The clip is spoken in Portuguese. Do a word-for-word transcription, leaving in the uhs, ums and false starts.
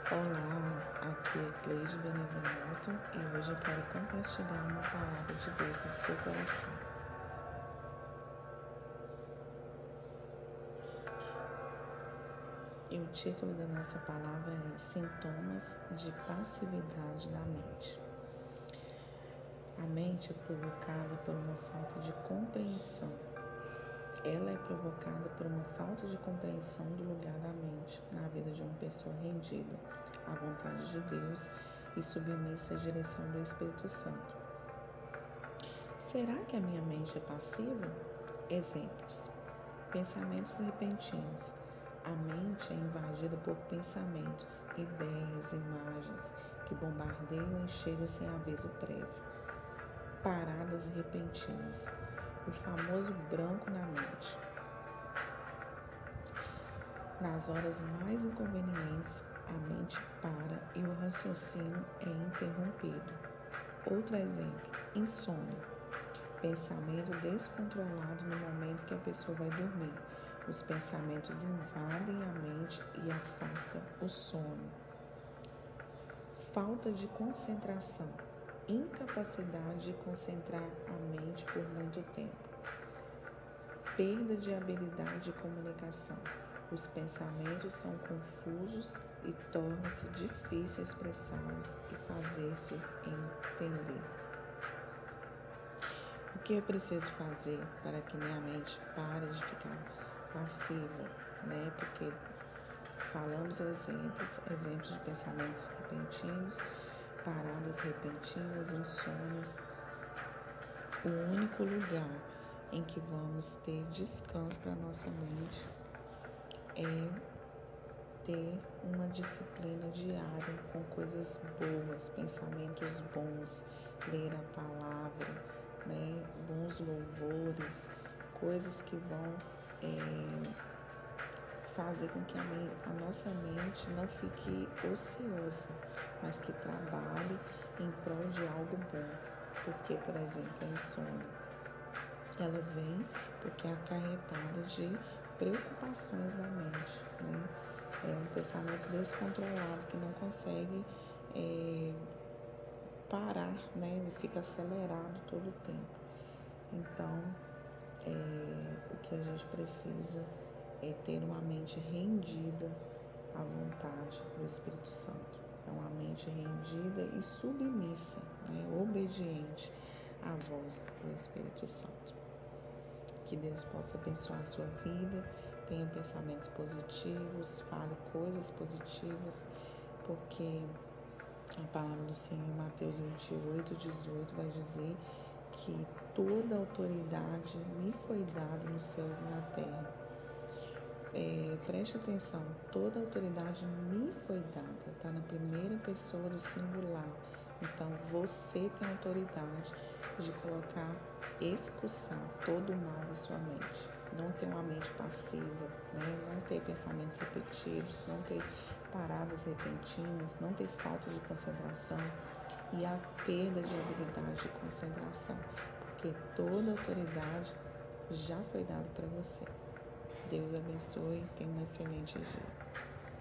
Olá, aqui é Cleide Benevenuto e hoje eu quero compartilhar uma palavra de Deus no seu coração. E o título da nossa palavra é Sintomas de Passividade da Mente. A mente é provocada por uma falta de compreensão. Ela é provocada por uma falta de compreensão do lugar da mente na vida de uma pessoa rendida à vontade de Deus e submissa à direção do Espírito Santo. Será que a minha mente é passiva? Exemplos. Pensamentos repentinos. A mente é invadida por pensamentos, ideias, imagens que bombardeiam e chegam sem aviso prévio. Paradas repentinas. O famoso branco na mente. Nas horas mais inconvenientes, a mente para e o raciocínio é interrompido. Outro exemplo, insônia. Pensamento descontrolado no momento que a pessoa vai dormir. Os pensamentos invadem a mente e afastam o sono. Falta de concentração. Incapacidade de concentrar a mente por muito tempo. Perda de habilidade de comunicação. Os pensamentos são confusos e torna-se difícil expressá-los e fazer-se entender. O que eu preciso fazer para que minha mente pare de ficar passiva, né? Porque falamos exemplos, exemplos de pensamentos repentinos, paradas repentinas, insônias. O único lugar em que vamos ter descanso para a nossa mente é ter uma disciplina diária com coisas boas, pensamentos bons, ler a palavra, né, bons louvores, coisas que vão é, fazer com que a, me, a nossa mente não fique ociosa, mas que trabalhe em prol de algo bom. Porque, por exemplo, a insônia, ela vem porque é acarretada de preocupações da mente, né? É um pensamento descontrolado que não consegue é, parar, né? Ele fica acelerado todo o tempo. Então, é, o que a gente precisa é ter uma mente rendida à vontade do Espírito Santo. É uma mente rendida e submissa, né? Obediente à voz do Espírito Santo. Que Deus possa abençoar a sua vida, tenha pensamentos positivos, fale coisas positivas, porque a palavra do Senhor em Mateus vinte e oito, dezoito vai dizer que toda autoridade me foi dada nos céus e na terra. É, preste atenção, toda autoridade me foi dada, está na primeira pessoa do singular. Então, você tem autoridade de colocar, expulsar todo o mal da sua mente. Não ter uma mente passiva, né? Não ter pensamentos repetidos, não ter paradas repentinas, não ter falta de concentração e a perda de habilidade de concentração, porque toda autoridade já foi dada para você. Deus abençoe e tenha um excelente dia.